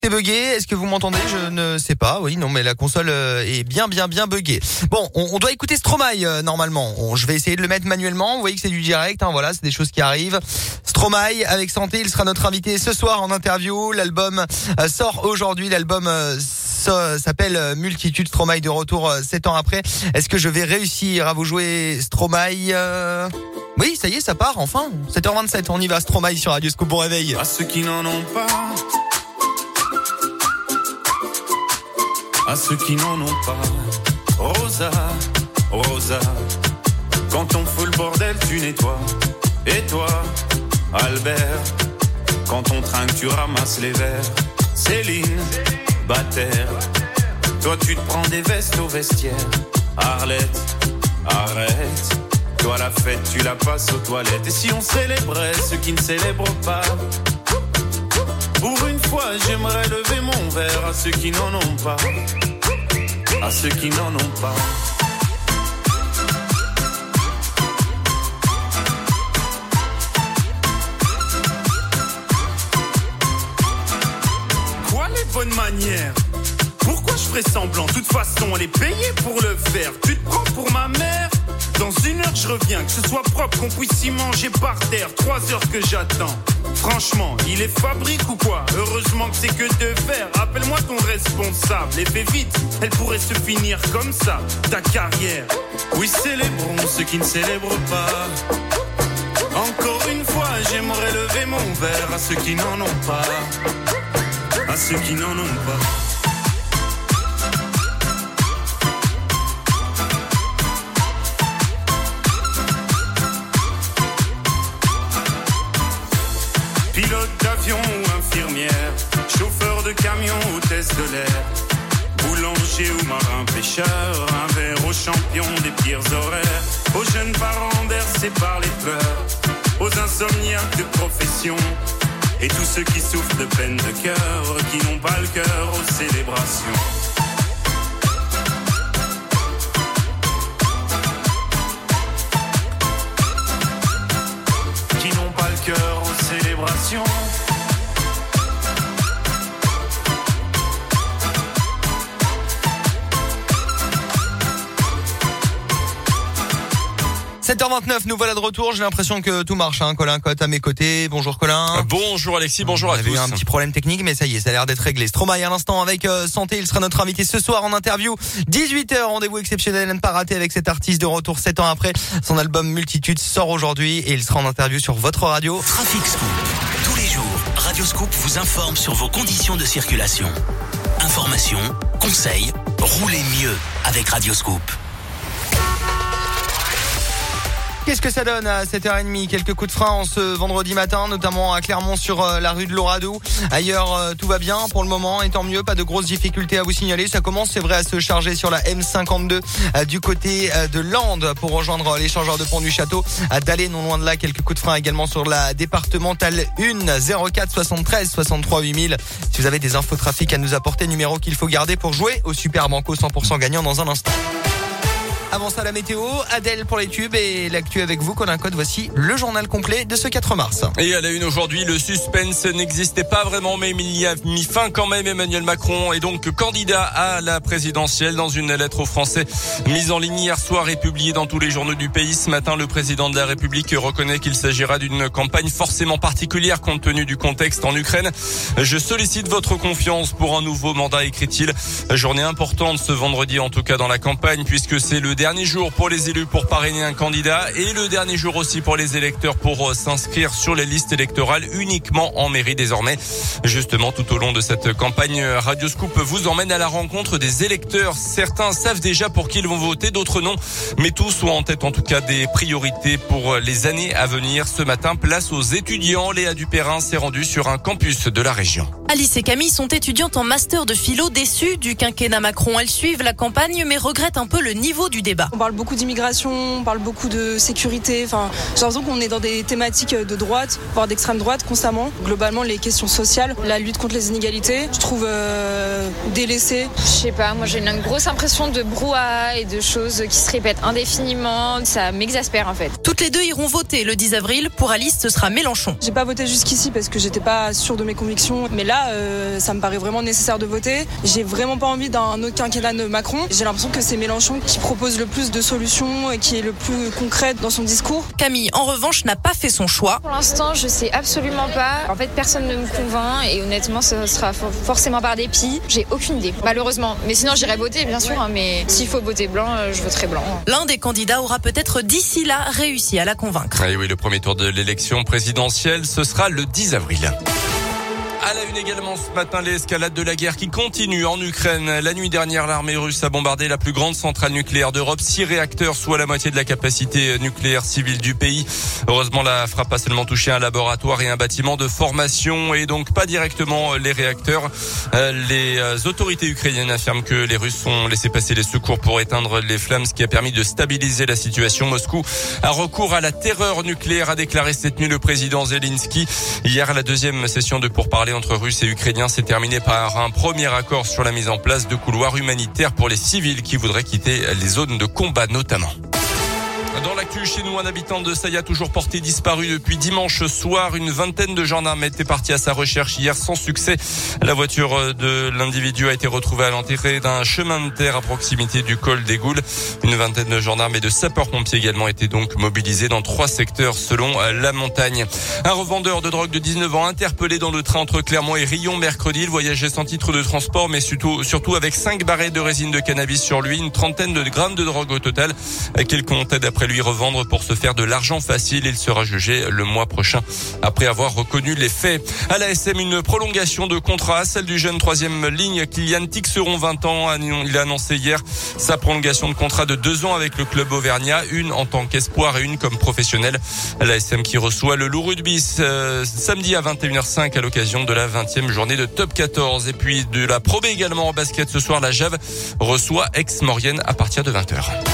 C'est bugué. Est-ce que vous m'entendez? Je ne sais pas. Oui, non, mais la console est bien buggée. Bon, on doit écouter Stromae normalement. Je vais essayer de le mettre manuellement. Vous voyez que c'est du direct. Voilà, c'est des choses qui arrivent. Stromae avec Santé, il sera notre invité ce soir en interview. L'album sort aujourd'hui. L'album s'appelle Multitude. Stromae de retour 7 ans après. Est-ce que je vais réussir à vous jouer Stromae? Oui, ça y est, ça part enfin. 7h27, on y va. Stromae sur Radio Scoop. Bon réveil. À ceux qui n'en ont pas, à ceux qui n'en ont pas, Rosa, Rosa, quand on fout le bordel, tu nettoies. Et toi, Albert, quand on trinque, tu ramasses les verres. Céline, Bataire, toi tu te prends des vestes au vestiaire. Arlette, arrête, toi la fête, tu la passes aux toilettes. Et si on célébrait ceux qui ne célèbrent pas? Pour une fois, j'aimerais lever mon verre à ceux qui n'en ont pas, à ceux qui n'en ont pas. Quoi les bonnes manières? Pourquoi je ferais semblant? De toute façon, elle est payée pour le faire. Tu te prends pour ma mère? Dans 1 heure, je reviens, que ce soit propre, qu'on puisse y manger par terre. 3 heures que j'attends. Franchement, il est fabrique ou quoi? Heureusement que c'est que de faire. Appelle-moi ton responsable et fais vite, elle pourrait se finir comme ça, ta carrière. Oui, célébrons ceux qui ne célèbrent pas. Encore une fois, j'aimerais lever mon verre à ceux qui n'en ont pas, à ceux qui n'en ont pas. Pilote d'avion ou infirmière, chauffeur de camion, hôtesse de l'air, boulanger ou marin pêcheur, un verre aux champions des pires horaires, aux jeunes parents bercés par les pleurs, aux insomniaques de profession, et tous ceux qui souffrent de peine de cœur, qui n'ont pas le cœur aux célébrations. Qui n'ont pas le cœur aux célébrations. 7h29, nous voilà de retour. J'ai l'impression que tout marche, Colin Cotte à mes côtés. Bonjour Colin. Bonjour Alexis, bonjour à tous. On avait eu un petit problème technique, mais ça y est, ça a l'air d'être réglé. Stromae à l'instant avec Santé, il sera notre invité ce soir en interview. 18h, rendez-vous exceptionnel à ne pas rater avec cet artiste de retour 7 ans après. Son album Multitude sort aujourd'hui et il sera en interview sur votre radio. Trafic Scoop. Tous les jours, Radio Scoop vous informe sur vos conditions de circulation. Informations, conseils, roulez mieux avec Radio Scoop. Qu'est-ce que ça donne à 7h30? Quelques coups de frein en ce vendredi matin, notamment à Clermont sur la rue de l'Oradou. Ailleurs, tout va bien pour le moment, et tant mieux, pas de grosses difficultés à vous signaler. Ça commence, c'est vrai, à se charger sur la M52 du côté de Landes pour rejoindre l'échangeur de Pont du Château. D'aller non loin de là, quelques coups de frein également sur la départementale 1, 04 73 63 8000. Si vous avez des infos trafic à nous apporter, numéro qu'il faut garder pour jouer au Super Banco 100% gagnant dans un instant. Avant ça, la météo, Adèle pour les tubes et l'actu avec vous, Colin Cotte. Voici le journal complet de ce 4 mars. Et à la une aujourd'hui, le suspense n'existait pas vraiment, mais il y a mis fin quand même. Emmanuel Macron est donc candidat à la présidentielle. Dans une lettre aux Français mise en ligne hier soir et publiée dans tous les journaux du pays. Ce matin, le président de la République reconnaît qu'il s'agira d'une campagne forcément particulière compte tenu du contexte en Ukraine. Je sollicite votre confiance pour un nouveau mandat, écrit-il. Journée importante ce vendredi, en tout cas dans la campagne, puisque c'est le dernier jour pour les élus pour parrainer un candidat et le dernier jour aussi pour les électeurs pour s'inscrire sur les listes électorales uniquement en mairie désormais. Justement, tout au long de cette campagne, Radio Scoop vous emmène à la rencontre des électeurs. Certains savent déjà pour qui ils vont voter, d'autres non. Mais tous ont en tête en tout cas des priorités pour les années à venir. Ce matin, place aux étudiants. Léa Dupérin s'est rendue sur un campus de la région. Alice et Camille sont étudiantes en master de philo, déçues du quinquennat Macron. Elles suivent la campagne mais regrettent un peu le niveau du débat. débat. On parle beaucoup d'immigration, on parle beaucoup de sécurité. Enfin, j'ai l'impression qu'on est dans des thématiques de droite, voire d'extrême droite constamment. Globalement, les questions sociales, la lutte contre les inégalités, je trouve délaissée. Je sais pas, moi j'ai une grosse impression de brouhaha et de choses qui se répètent indéfiniment. Ça m'exaspère en fait. Toutes les deux iront voter le 10 avril. Pour Alice, ce sera Mélenchon. J'ai pas voté jusqu'ici parce que j'étais pas sûre de mes convictions. Mais là, ça me paraît vraiment nécessaire de voter. J'ai vraiment pas envie d'un autre quinquennat de Macron. J'ai l'impression que c'est Mélenchon qui propose le plus de solutions et qui est le plus concret dans son discours. Camille, en revanche, n'a pas fait son choix. Pour l'instant, je sais absolument pas. En fait, personne ne me convainc et honnêtement, ça sera forcément par dépit. J'ai aucune idée, malheureusement. Mais sinon, j'irai voter, bien sûr. Mais s'il faut voter blanc, je voterai blanc. L'un des candidats aura peut-être d'ici là réussi à la convaincre. Et oui, le premier tour de l'élection présidentielle, ce sera le 10 avril. À la une également ce matin, l'escalade de la guerre qui continue en Ukraine. La nuit dernière, l'armée russe a bombardé la plus grande centrale nucléaire d'Europe. 6 réacteurs, soit la moitié de la capacité nucléaire civile du pays. Heureusement, la frappe a seulement touché un laboratoire et un bâtiment de formation et donc pas directement les réacteurs. Les autorités ukrainiennes affirment que les Russes ont laissé passer les secours pour éteindre les flammes, ce qui a permis de stabiliser la situation. Moscou a recours à la terreur nucléaire, a déclaré cette nuit le président Zelensky. Hier, la deuxième session de pourparlers entre Russes et Ukrainiens s'est terminée par un premier accord sur la mise en place de couloirs humanitaires pour les civils qui voudraient quitter les zones de combat notamment. Dans l'actu chez nous, un habitant de Saya toujours porté disparu depuis dimanche soir. Une vingtaine de gendarmes étaient partis à sa recherche hier sans succès. La voiture de l'individu a été retrouvée à l'entrée d'un chemin de terre à proximité du col des Goules. Une vingtaine de gendarmes et de sapeurs-pompiers également étaient donc mobilisés dans 3 secteurs selon la montagne. Un revendeur de drogue de 19 ans interpellé dans le train entre Clermont et Rion mercredi. Il voyageait sans titre de transport mais surtout avec 5 barrettes de résine de cannabis sur lui, une trentaine de grammes de drogue au total qu'il comptait d'après lui revendre pour se faire de l'argent facile. Il sera jugé le mois prochain après avoir reconnu les faits. À la SM, une prolongation de contrat, celle du jeune 3e ligne Kylian Tixeron, 20 ans. Il a annoncé hier sa prolongation de contrat de 2 ans avec le club auvergnat, une en tant qu'espoir et une comme professionnel. La SM qui reçoit le Loup Rugby samedi à 21h05 à l'occasion de la 20e journée de Top 14. Et puis de la Pro B également en basket ce soir, la Jave reçoit Aix-Maurienne à partir de 20h.